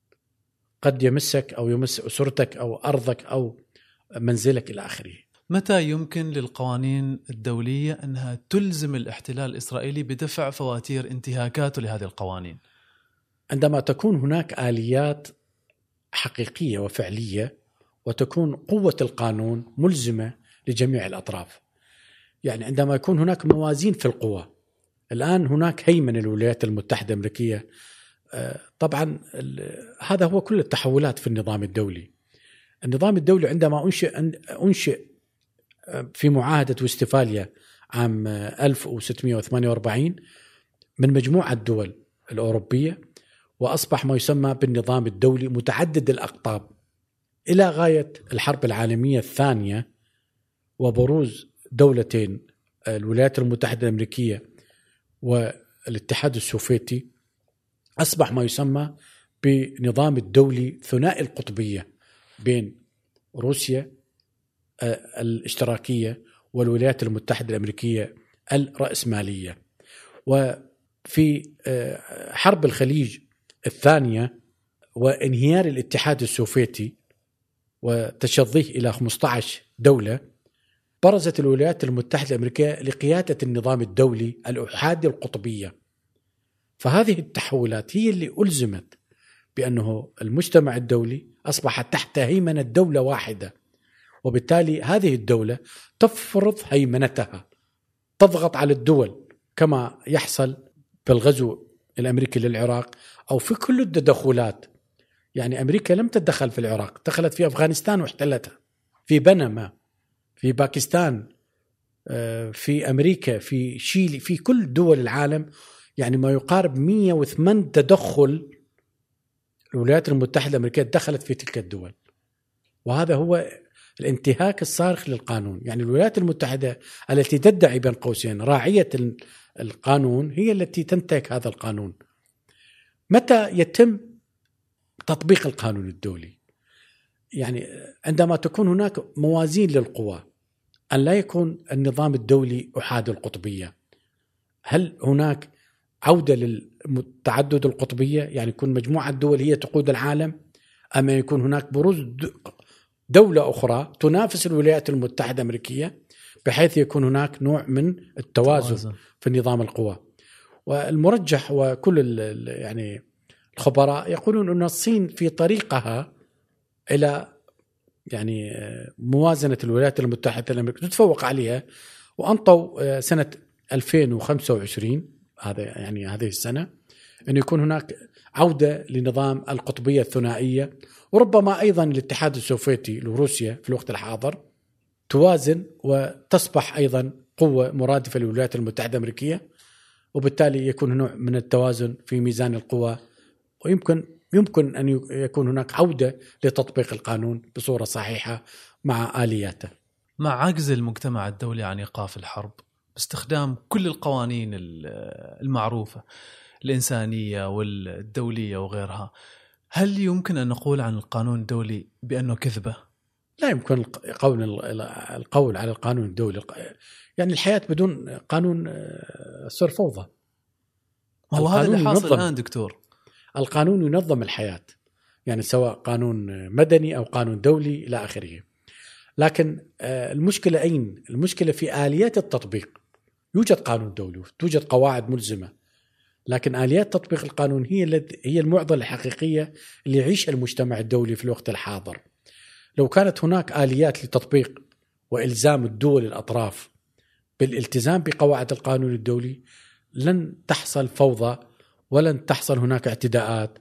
قد يمسك أو يمس أسرتك أو أرضك أو منزلك إلى آخره. متى يمكن للقوانين الدولية أنها تلزم الاحتلال الإسرائيلي بدفع فواتير انتهاكاته لهذه القوانين؟ عندما تكون هناك آليات حقيقية وفعلية، وتكون قوة القانون ملزمة لجميع الأطراف. يعني عندما يكون هناك موازين في القوى. الآن هناك هيمنة الولايات المتحدة الأمريكية. طبعا هذا هو كل التحولات في النظام الدولي. النظام الدولي عندما أنشئ في معاهدة وستفاليا عام 1648 من مجموعة دول الأوروبية، وأصبح ما يسمى بالنظام الدولي متعدد الأقطاب إلى غاية الحرب العالمية الثانية وبروز دولتين الولايات المتحدة الأمريكية والاتحاد السوفيتي. أصبح ما يسمى بنظام الدولي ثنائي القطبية بين روسيا الاشتراكية والولايات المتحدة الأمريكية الرأسمالية. وفي حرب الخليج الثانية وانهيار الاتحاد السوفيتي وتشظيه إلى 15 دولة، برزت الولايات المتحدة الأمريكية لقيادة النظام الدولي الأحادي القطبية. فهذه التحولات هي اللي ألزمت بأنه المجتمع الدولي أصبح تحت هيمنة دولة واحدة، وبالتالي هذه الدولة تفرض هيمنتها، تضغط على الدول كما يحصل بالغزو الأمريكي للعراق أو في كل التدخلات. يعني أمريكا لم تتدخل في العراق، دخلت في أفغانستان واحتلتها، في بنما، في باكستان، في أمريكا، في شيلي، في كل دول العالم. يعني ما يقارب 108 تدخل الولايات المتحدة الأمريكية دخلت في تلك الدول، وهذا هو الانتهاك الصارخ للقانون. يعني الولايات المتحدة التي تدعي بين قوسين راعية القانون هي التي تنتهك هذا القانون. متى يتم تطبيق القانون الدولي؟ يعني عندما تكون هناك موازين للقوى، أن لا يكون النظام الدولي أحاد القطبية. هل هناك عودة للتعدد القطبية، يعني يكون مجموعة دول هي تقود العالم، أما يكون هناك بروز دولة أخرى تنافس الولايات المتحدة الأمريكية بحيث يكون هناك نوع من التوازن في نظام القوى؟ والمرجح وكل يعني الخبراء يقولون أن الصين في طريقها إلى يعني موازنة الولايات المتحدة الأمريكية تتفوق عليها، وأنطوا سنة 2025 هذا يعني هذه السنة أن يكون هناك عودة لنظام القطبية الثنائية. وربما أيضا الاتحاد السوفيتي لروسيا في الوقت الحاضر توازن وتصبح أيضا قوة مرادفة للولايات المتحدة الأمريكية، وبالتالي يكون نوع من التوازن في ميزان القوى، ويمكن أن يكون هناك عودة لتطبيق القانون بصورة صحيحة مع آلياته. مع عجز المجتمع الدولي عن إيقاف الحرب باستخدام كل القوانين المعروفة الإنسانية والدولية وغيرها، هل يمكن أن نقول عن القانون الدولي بأنه كذبة؟ لا يمكن القول على القانون الدولي. يعني الحياة بدون قانون صار فوضى. هو هذا اللي حاصل الآن دكتور. القانون ينظم الحياة، يعني سواء قانون مدني أو قانون دولي إلى آخره. لكن المشكلة أين؟ المشكلة في آليات التطبيق. يوجد قانون دولي، توجد قواعد ملزمة، لكن آليات تطبيق القانون هي المعضلة الحقيقية اللي يعيشها المجتمع الدولي في الوقت الحاضر. لو كانت هناك آليات لتطبيق وإلزام الدول الأطراف بالالتزام بقواعد القانون الدولي لن تحصل فوضى ولن تحصل هناك اعتداءات،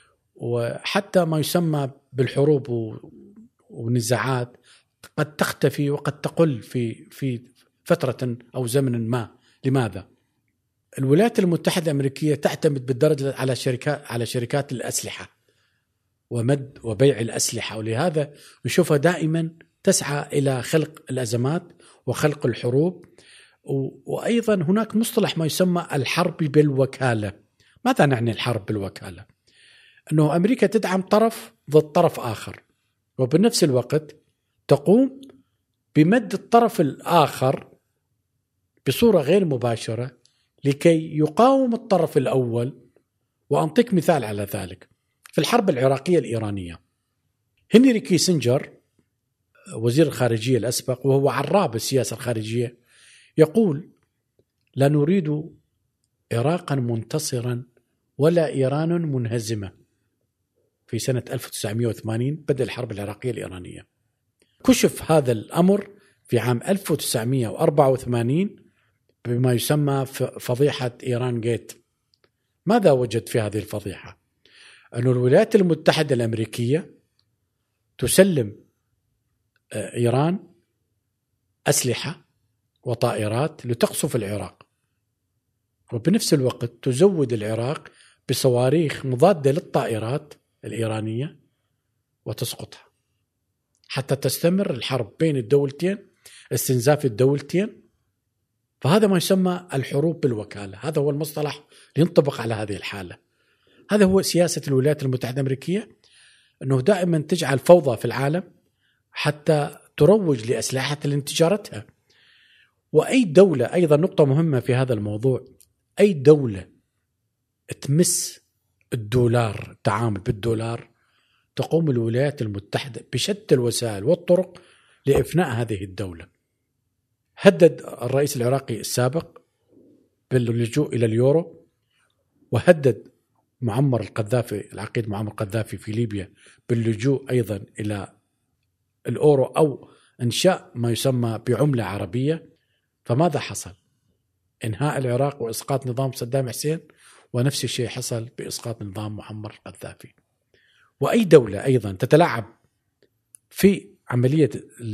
وحتى ما يسمى بالحروب والنزاعات قد تختفي وقد تقل في فترة أو زمن ما. لماذا؟ الولايات المتحدة الأمريكية تعتمد بالدرجة على شركات الأسلحة ومد وبيع الأسلحة، ولهذا نشوفها دائما تسعى إلى خلق الأزمات وخلق الحروب. وأيضا هناك مصطلح ما يسمى الحرب بالوكالة. ماذا نعني الحرب بالوكالة؟ أنه أمريكا تدعم طرف ضد طرف آخر، وبنفس الوقت تقوم بمد الطرف الآخر بصورة غير مباشرة لكي يقاوم الطرف الأول. وأنطيك مثال على ذلك. في الحرب العراقية الإيرانية، هنري كيسنجر وزير الخارجية الأسبق وهو عراب السياسة الخارجية يقول: لا نريد عراقا منتصرا ولا إيران منهزمة. في سنة 1980 بدأ الحرب العراقية الإيرانية. كشف هذا الأمر في عام 1984 بما يسمى فضيحة إيران جيت. ماذا وجد في هذه الفضيحة؟ أن الولايات المتحدة الأمريكية تسلم إيران أسلحة وطائرات لتقصف العراق، وبنفس الوقت تزود العراق بصواريخ مضادة للطائرات الإيرانية وتسقطها، حتى تستمر الحرب بين الدولتين، استنزاف الدولتين. فهذا ما يسمى الحروب بالوكالة. هذا هو المصطلح ينطبق على هذه الحالة. هذا هو سياسة الولايات المتحدة الأمريكية، أنه دائما تجعل فوضى في العالم حتى تروج لأسلحة لتجارتها. وأي دولة، أيضا نقطة مهمة في هذا الموضوع، أي دولة تمس الدولار، التعامل بالدولار، تقوم الولايات المتحدة بشتى الوسائل والطرق لإفناء هذه الدولة. هدد الرئيس العراقي السابق باللجوء إلى اليورو، وهدد معمر القذافي، العقيد معمر القذافي في ليبيا، باللجوء أيضا إلى الأورو أو إنشاء ما يسمى بعملة عربية. فماذا حصل؟ إنهاء العراق وإسقاط نظام صدام حسين، ونفس الشيء حصل بإسقاط نظام معمر القذافي. وأي دولة أيضا تتلاعب في عملية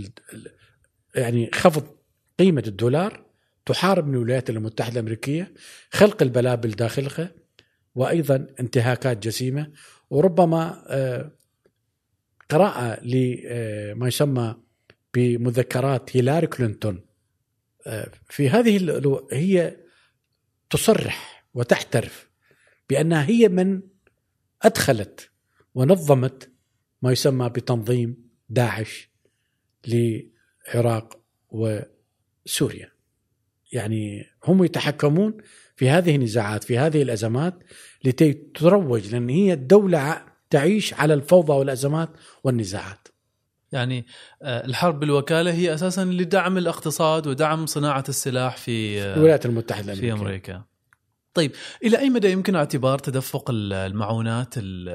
يعني خفض قيمة الدولار تحارب من الولايات المتحدة الأمريكية، خلق البلابل داخلها، وأيضا انتهاكات جسيمة. وربما قراءة لما يسمى بمذكرات هيلاري كلينتون في هذه هي تصرح وتحترف بأنها هي من أدخلت ونظمت ما يسمى بتنظيم داعش للعراق وسوريا. يعني هم يتحكمون في هذه النزاعات، في هذه الأزمات، لكي تروج، لأن هي الدولة تعيش على الفوضى والأزمات والنزاعات. يعني الحرب بالوكالة هي أساسا لدعم الاقتصاد ودعم صناعة السلاح في الولايات المتحدة في أمريكا. طيب، إلى أي مدى يمكن اعتبار تدفق المعونات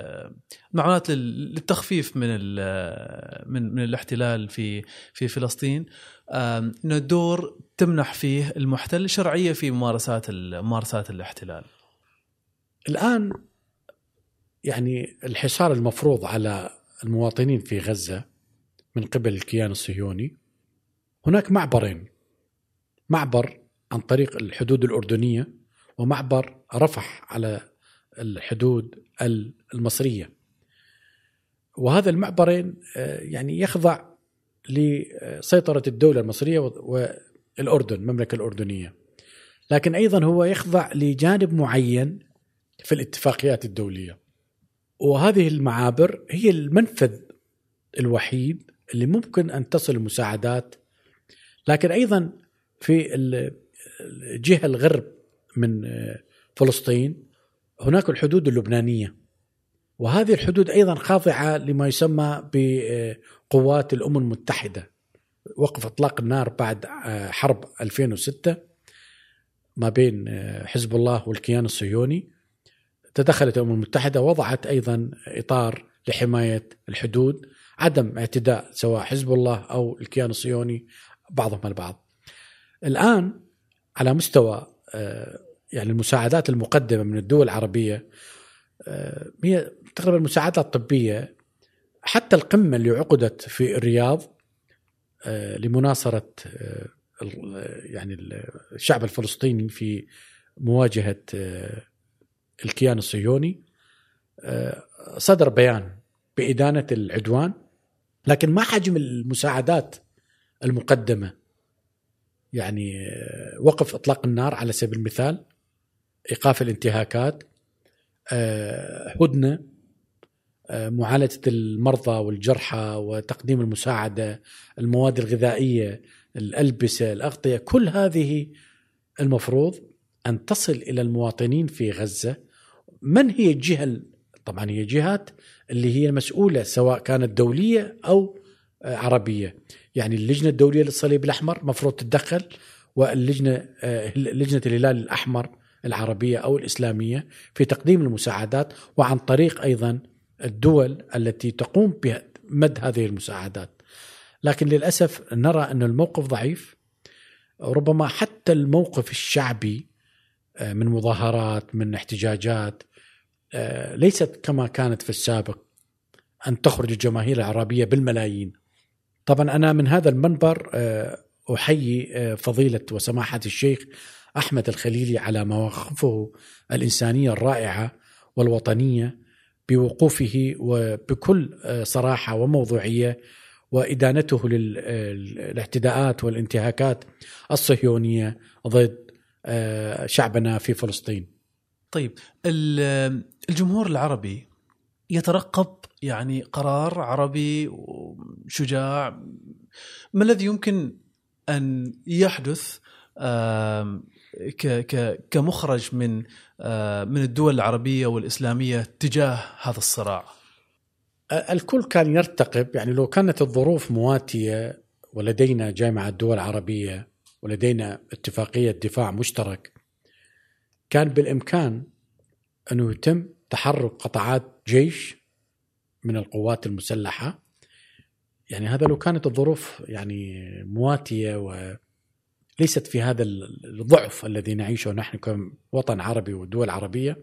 للتخفيف من الاحتلال في فلسطين إنه دور تمنح فيه المحتل شرعية في ممارسات الاحتلال؟ الآن يعني الحصار المفروض على المواطنين في غزة من قبل الكيان الصهيوني، هناك معبرين: معبر عن طريق الحدود الأردنية، ومعبر رفح على الحدود المصرية. وهذا المعبرين يعني يخضع لسيطرة الدولة المصرية والأردن، المملكة الأردنية، لكن أيضا هو يخضع لجانب معين في الاتفاقيات الدولية. وهذه المعابر هي المنفذ الوحيد اللي ممكن أن تصل المساعدات. لكن أيضا في الجهة الغرب من فلسطين هناك الحدود اللبنانية، وهذه الحدود أيضا خاضعة لما يسمى بقوات الأمم المتحدة. وقف إطلاق النار بعد حرب 2006 ما بين حزب الله والكيان الصهيوني، تدخلت الأمم المتحدة، وضعت أيضا إطار لحماية الحدود، عدم اعتداء سواء حزب الله أو الكيان الصهيوني بعضهم البعض. الآن على مستوى يعني المساعدات المقدمة من الدول العربية هي تقريبا المساعدات الطبية. حتى القمة اللي عقدت في الرياض لمناصرة يعني الشعب الفلسطيني في مواجهة الكيان الصهيوني، صدر بيان بإدانة العدوان، لكن ما حجم المساعدات المقدمة. يعني وقف إطلاق النار على سبيل المثال، إيقاف الانتهاكات، هدنة، معالجة المرضى والجرحى وتقديم المساعدة، المواد الغذائية، الألبسة، الأغطية، كل هذه المفروض أن تصل إلى المواطنين في غزة. من هي الجهة؟ طبعا هي جهات اللي هي المسؤولة، سواء كانت دولية أو عربية. يعني اللجنة الدولية للصليب الأحمر مفروض تتدخل، واللجنة لجنة الهلال الأحمر العربية أو الإسلامية في تقديم المساعدات، وعن طريق أيضا الدول التي تقوم بمد هذه المساعدات. لكن للأسف نرى أن الموقف ضعيف. ربما حتى الموقف الشعبي من مظاهرات، من احتجاجات، ليست كما كانت في السابق أن تخرج الجماهير العربية بالملايين. طبعا أنا من هذا المنبر أحيي فضيلة وسماحة الشيخ أحمد الخليلي على مواقفه الإنسانية الرائعة والوطنية، بوقوفه وبكل صراحة وموضوعية، وإدانته للاعتداءات والانتهاكات الصهيونية ضد شعبنا في فلسطين. طيب، الجمهور العربي يترقب يعني قرار عربي شجاع. ما الذي يمكن أن يحدث كمخرج من الدول العربية والإسلامية تجاه هذا الصراع؟ الكل كان يرتقب، يعني لو كانت الظروف مواتية ولدينا جامعة الدول العربية ولدينا اتفاقية دفاع مشترك، كان بالإمكان أنه يتم تحرك قطاعات جيش من القوات المسلحة. يعني هذا لو كانت الظروف يعني مواتية وليست في هذا الضعف الذي نعيشه نحن كوطن عربي ودول عربية،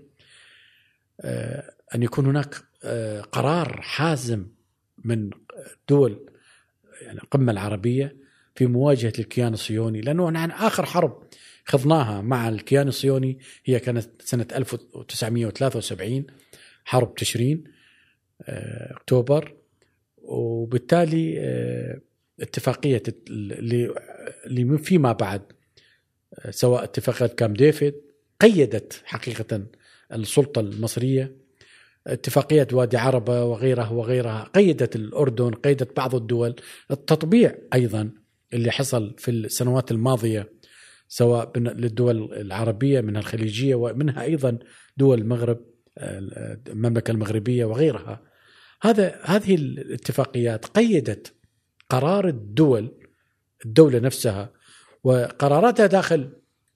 أن يكون هناك قرار حازم من دول يعني القمة العربية في مواجهة الكيان الصهيوني. لأنه نحن آخر حرب خضناها مع الكيان الصهيوني هي كانت سنة 1973، حرب تشرين أكتوبر، وبالتالي اتفاقية اللي فيما بعد سواء اتفاقية كامب ديفيد قيدت حقيقة السلطة المصرية، اتفاقية وادي عربة وغيرها قيدت الأردن، قيدت بعض الدول. التطبيع أيضا اللي حصل في السنوات الماضية سواء للدول العربية منها الخليجية ومنها أيضا دول المغرب، المملكة المغربية وغيرها، هذه الاتفاقيات قيدت قرار الدولة نفسها وقراراتها داخل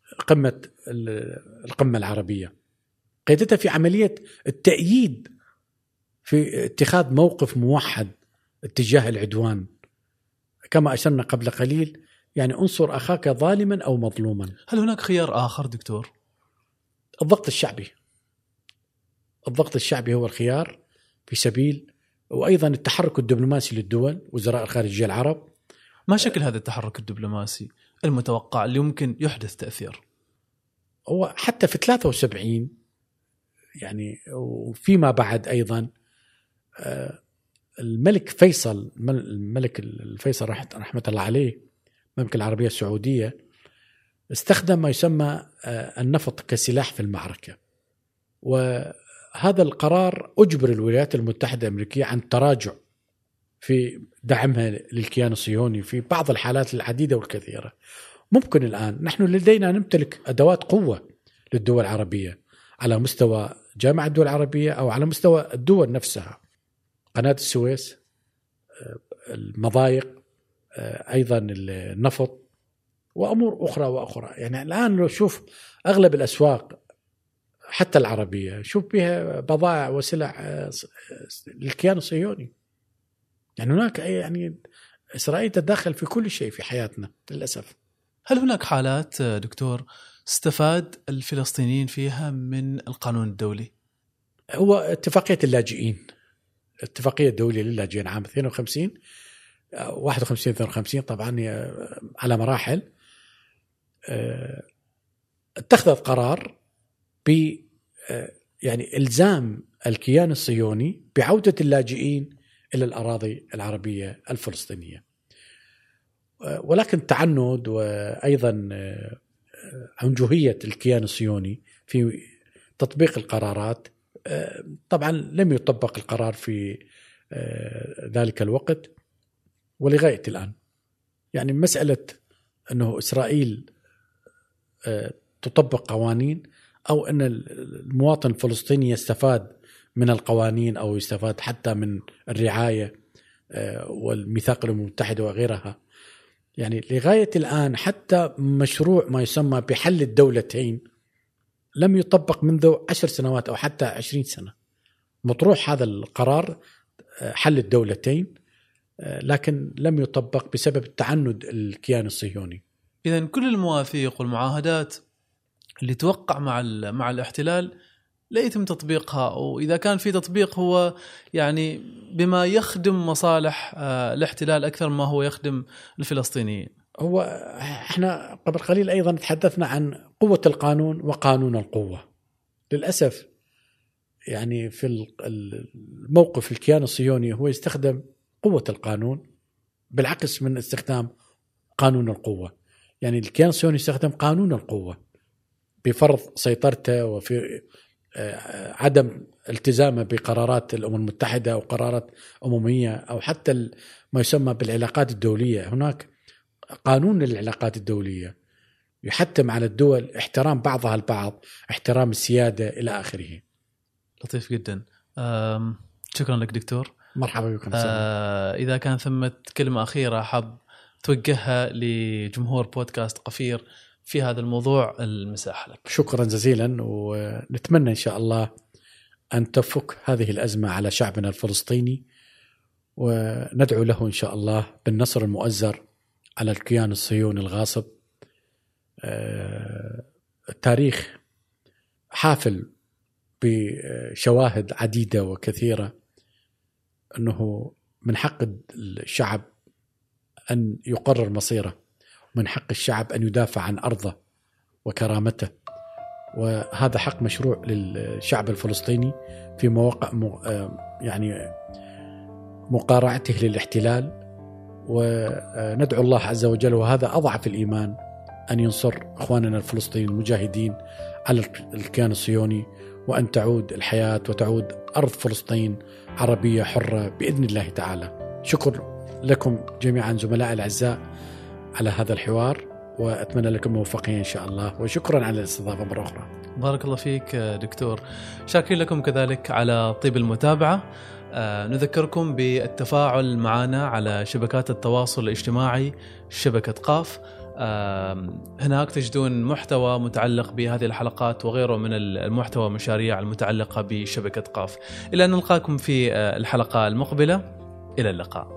القمة العربية، قيدتها في عملية التأييد في اتخاذ موقف موحد اتجاه العدوان. كما أشرنا قبل قليل، يعني انصر أخاك ظالما أو مظلوما. هل هناك خيار آخر دكتور؟ الضغط الشعبي هو الخيار في سبيل، وأيضا التحرك الدبلوماسي للدول، وزراء الخارجية العرب. ما شكل هذا التحرك الدبلوماسي المتوقع اللي يمكن يحدث تأثير؟ هو حتى في 73 يعني وفيما بعد أيضا الملك فيصل رحمة الله عليه، المملكة العربية السعودية، استخدم ما يسمى النفط كسلاح في المعركة. وهذا القرار أجبر الولايات المتحدة الأمريكية عن التراجع في دعمها للكيان الصهيوني في بعض الحالات العديدة والكثيرة. ممكن الآن نحن لدينا نمتلك أدوات قوة للدول العربية على مستوى جامعة الدول العربية أو على مستوى الدول نفسها، قناة السويس، المضايق، أيضا النفط وأمور أخرى. يعني الآن لو شوف أغلب الأسواق حتى العربية شوف بها بضائع وسلع للكيان الصهيوني. يعني هناك يعني إسرائيل تتدخل في كل شيء في حياتنا للأسف. هل هناك حالات دكتور استفاد الفلسطينيين فيها من القانون الدولي؟ هو اتفاقية اللاجئين، اتفاقية الدولية للاجئين عام 52 51 52 طبعا على مراحل، اتخذت قرار ب يعني إلزام الكيان الصهيوني بعودة اللاجئين إلى الأراضي العربية الفلسطينية، ولكن تعنت وأيضا عنجهية الكيان الصهيوني في تطبيق القرارات. طبعا لم يطبق القرار في ذلك الوقت ولغاية الآن. يعني مسألة أنه إسرائيل تطبق قوانين أو أن المواطن الفلسطيني يستفاد من القوانين أو يستفاد حتى من الرعاية والميثاق الأمم المتحدة وغيرها، يعني لغاية الآن حتى مشروع ما يسمى بحل الدولتين لم يطبق منذ 10 سنوات أو حتى 20 سنة. مطروح هذا القرار حل الدولتين لكن لم يطبق بسبب التعند الكيان الصهيوني. إذن كل المواثيق والمعاهدات اللي توقع مع الاحتلال لا يتم تطبيقها، وإذا كان في تطبيق هو يعني بما يخدم مصالح الاحتلال أكثر ما هو يخدم الفلسطينيين. هو احنا قبل قليل أيضا تحدثنا عن قوة القانون وقانون القوة. للأسف يعني في الموقف الكيان الصهيوني هو يستخدم قوة القانون بالعكس من استخدام قانون القوة. يعني الكيان الصهيوني يستخدم قانون القوة بفرض سيطرته وفي عدم التزامه بقرارات الأمم المتحدة أو قرارات أممية أو حتى ما يسمى بالعلاقات الدولية. هناك قانون للعلاقات الدولية يحتم على الدول احترام بعضها البعض، احترام السيادة إلى آخره. لطيف جدا. شكرا لك دكتور. مرحبا بكم. إذا كان ثمة كلمة أخيرة حاب توجهها لجمهور بودكاست قفير في هذا الموضوع المساحة لك. شكرا جزيلا، ونتمنى إن شاء الله أن تفك هذه الأزمة على شعبنا الفلسطيني، وندعو له إن شاء الله بالنصر المؤزر على الكيان الصهيوني الغاصب. التاريخ حافل بشواهد عديدة وكثيرة أنه من حق الشعب أن يقرر مصيره، ومن حق الشعب أن يدافع عن أرضه وكرامته، وهذا حق مشروع للشعب الفلسطيني في مواقع يعني مقارعته للاحتلال. وندعو الله عز وجل، وهذا أضعف الإيمان، أن ينصر أخواننا الفلسطينيين المجاهدين على الكيان الصهيوني، وأن تعود الحياة وتعود أرض فلسطين عربية حرة بإذن الله تعالى. شكر لكم جميعا زملاء الأعزاء على هذا الحوار، وأتمنى لكم موفقين إن شاء الله، وشكرا على الاستضافة مرة أخرى. بارك الله فيك دكتور. شاكرين لكم كذلك على طيب المتابعة. نذكركم بالتفاعل معنا على شبكات التواصل الاجتماعي شبكة قاف. هناك تجدون محتوى متعلق بهذه الحلقات وغيره من المحتوى والمشاريع المتعلقة بشبكة قاف. إلى أن نلقاكم في الحلقة المقبلة، إلى اللقاء.